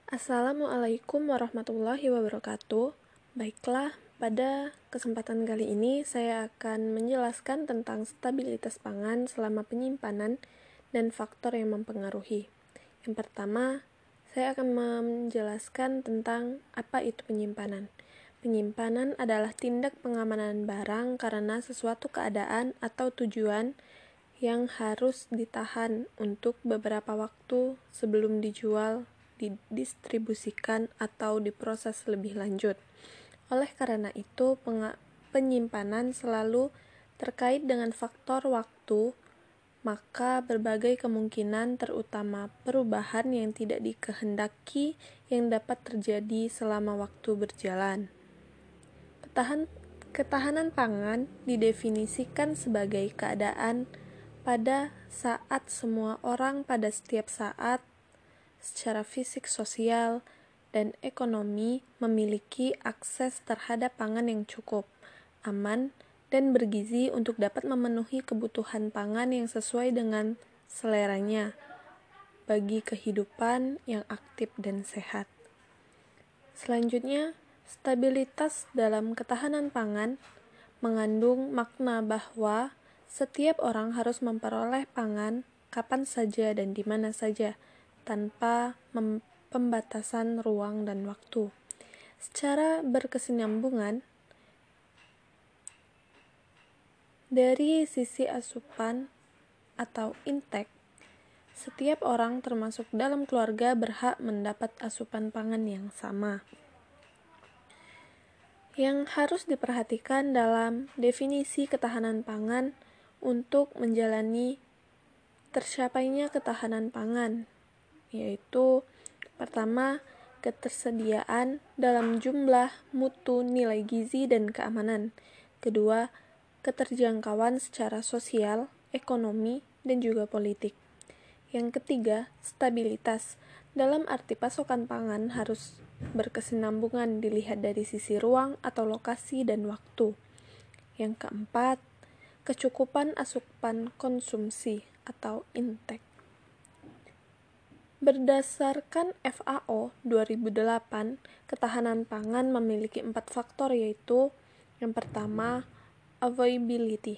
Assalamualaikum warahmatullahi wabarakatuh. Baiklah, pada kesempatan kali ini saya akan menjelaskan tentang stabilitas pangan selama penyimpanan dan faktor yang mempengaruhi. Yang pertama, saya akan menjelaskan tentang apa itu penyimpanan. Penyimpanan adalah tindak pengamanan barang karena sesuatu keadaan atau tujuan yang harus ditahan untuk beberapa waktu sebelum dijual, didistribusikan, atau diproses lebih lanjut. Oleh karena itu, penyimpanan selalu terkait dengan faktor waktu, maka berbagai kemungkinan terutama perubahan yang tidak dikehendaki yang dapat terjadi selama waktu berjalan. Ketahanan pangan didefinisikan sebagai keadaan pada saat semua orang pada setiap saat secara fisik, sosial, dan ekonomi memiliki akses terhadap pangan yang cukup, aman, dan bergizi untuk dapat memenuhi kebutuhan pangan yang sesuai dengan seleranya bagi kehidupan yang aktif dan sehat. Selanjutnya, stabilitas dalam ketahanan pangan mengandung makna bahwa setiap orang harus memperoleh pangan kapan saja dan di mana saja, tanpa pembatasan ruang dan waktu. Secara berkesinambungan, dari sisi asupan atau intake, setiap orang termasuk dalam keluarga berhak mendapat asupan pangan yang sama. Yang harus diperhatikan dalam definisi ketahanan pangan untuk menjalani tercapainya ketahanan pangan, yaitu pertama, ketersediaan dalam jumlah, mutu, nilai gizi, dan keamanan. Kedua, keterjangkauan secara sosial, ekonomi, dan juga politik. Yang ketiga, stabilitas. Dalam arti pasokan pangan harus berkesinambungan dilihat dari sisi ruang atau lokasi dan waktu. Yang keempat, kecukupan asupan konsumsi atau intake. Berdasarkan FAO 2008, ketahanan pangan memiliki 4 faktor, yaitu yang pertama, availability,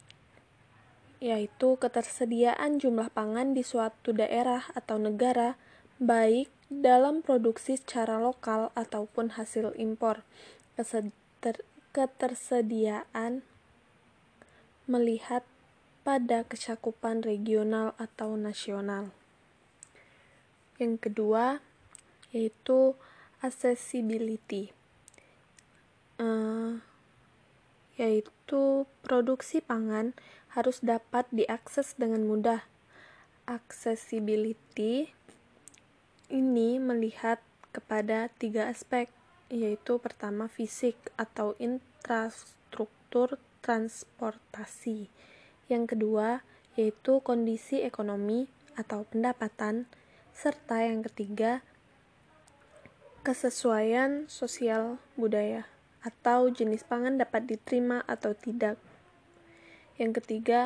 yaitu ketersediaan jumlah pangan di suatu daerah atau negara, baik dalam produksi secara lokal ataupun hasil impor. Ketersediaan melihat pada kecakupan regional atau nasional. Yang kedua, yaitu accessibility, yaitu produksi pangan harus dapat diakses dengan mudah. Accessibility ini melihat kepada 3 aspek, yaitu pertama, fisik atau infrastruktur transportasi. Yang kedua, yaitu kondisi ekonomi atau pendapatan, serta yang ketiga, kesesuaian sosial budaya atau jenis pangan dapat diterima atau tidak. Yang ketiga,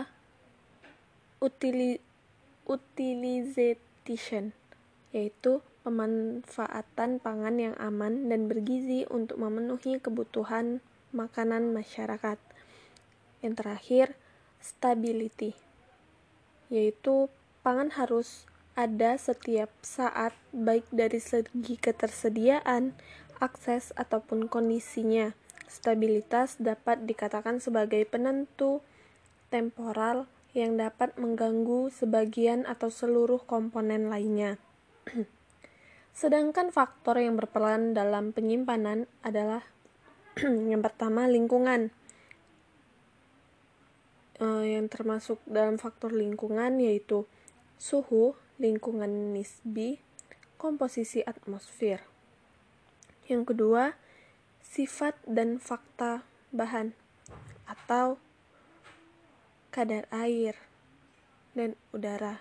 utilization, yaitu pemanfaatan pangan yang aman dan bergizi untuk memenuhi kebutuhan makanan masyarakat. Yang terakhir, stability, yaitu pangan harus ada setiap saat, baik dari segi ketersediaan, akses, ataupun kondisinya. Stabilitas dapat dikatakan sebagai penentu temporal yang dapat mengganggu sebagian atau seluruh komponen lainnya. Sedangkan faktor yang berperan dalam penyimpanan adalah yang pertama, lingkungan. Yang termasuk dalam faktor lingkungan yaitu suhu, lingkungan nisbi, komposisi atmosfer. Yang kedua, sifat dan fakta bahan atau kadar air dan udara.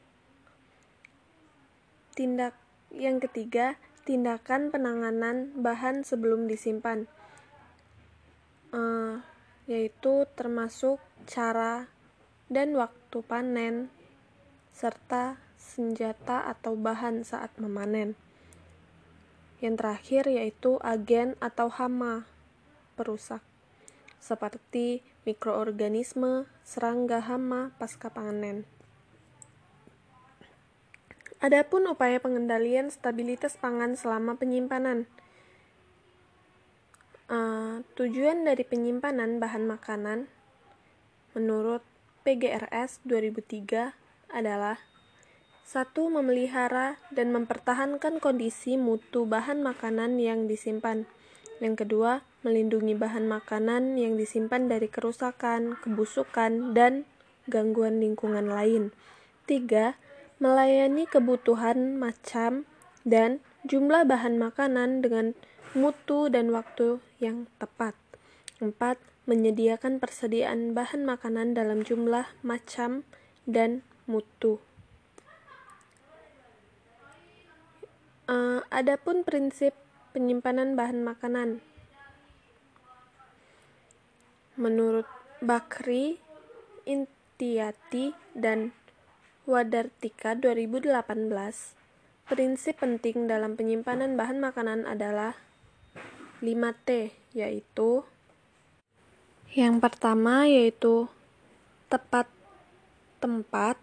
Yang ketiga, tindakan penanganan bahan sebelum disimpan, yaitu termasuk cara dan waktu panen, serta senjata atau bahan saat memanen. Yang terakhir yaitu agen atau hama perusak, seperti mikroorganisme, serangga hama pasca panen. Adapun upaya pengendalian stabilitas pangan selama penyimpanan. Tujuan dari penyimpanan bahan makanan menurut PGRS 2003 adalah 1. Memelihara dan mempertahankan kondisi mutu bahan makanan yang disimpan. Yang kedua, melindungi bahan makanan yang disimpan dari kerusakan, kebusukan, dan gangguan lingkungan lain. 3. Melayani kebutuhan macam dan jumlah bahan makanan dengan mutu dan waktu yang tepat. 4. Menyediakan persediaan bahan makanan dalam jumlah, macam, dan mutu. Adapun prinsip penyimpanan bahan makanan. Menurut Bakri, Intiati, dan Wadartika 2018, prinsip penting dalam penyimpanan bahan makanan adalah 5T, yaitu yang pertama yaitu tepat tempat,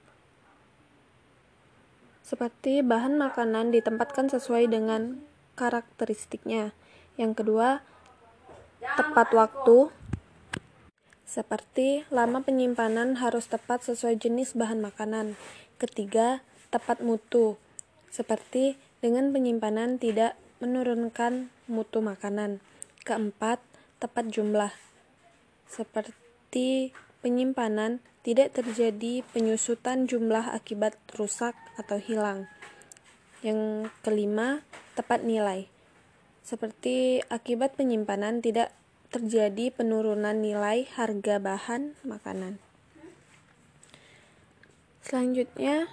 seperti bahan makanan ditempatkan sesuai dengan karakteristiknya. Yang kedua, tepat waktu, seperti lama penyimpanan harus tepat sesuai jenis bahan makanan. Ketiga, tepat mutu, seperti dengan penyimpanan tidak menurunkan mutu makanan. Keempat, tepat jumlah, seperti penyimpanan tidak terjadi penyusutan jumlah akibat rusak atau hilang. Yang kelima, tepat nilai, seperti akibat penyimpanan tidak terjadi penurunan nilai harga bahan makanan. Selanjutnya,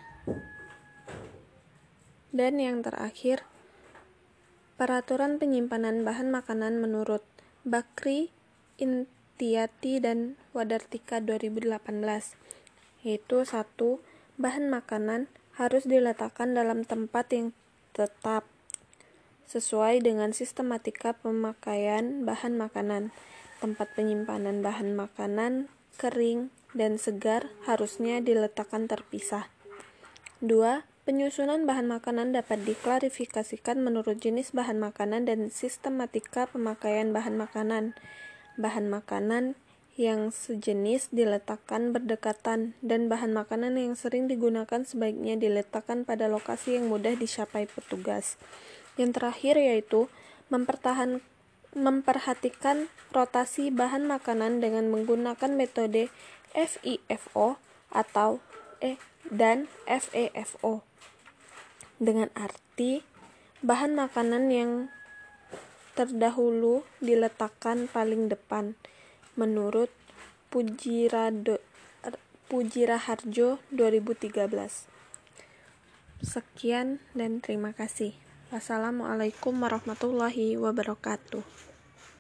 dan yang terakhir, peraturan penyimpanan bahan makanan menurut Bakri, Intiati, dan Wadartika 2018, yaitu 1. Bahan makanan harus diletakkan dalam tempat yang tetap, sesuai dengan sistematika pemakaian bahan makanan. Tempat penyimpanan bahan makanan kering dan segar harusnya diletakkan terpisah. 2. Penyusunan bahan makanan dapat diklarifikasikan menurut jenis bahan makanan dan sistematika pemakaian bahan makanan. Bahan makanan yang sejenis diletakkan berdekatan, dan bahan makanan yang sering digunakan sebaiknya diletakkan pada lokasi yang mudah dicapai petugas. Yang terakhir yaitu memperhatikan rotasi bahan makanan dengan menggunakan metode FIFO dan FEFO, dengan arti bahan makanan yang terdahulu diletakkan paling depan, menurut Pujiraharjo 2013. Sekian dan terima kasih. Wassalamualaikum warahmatullahi wabarakatuh.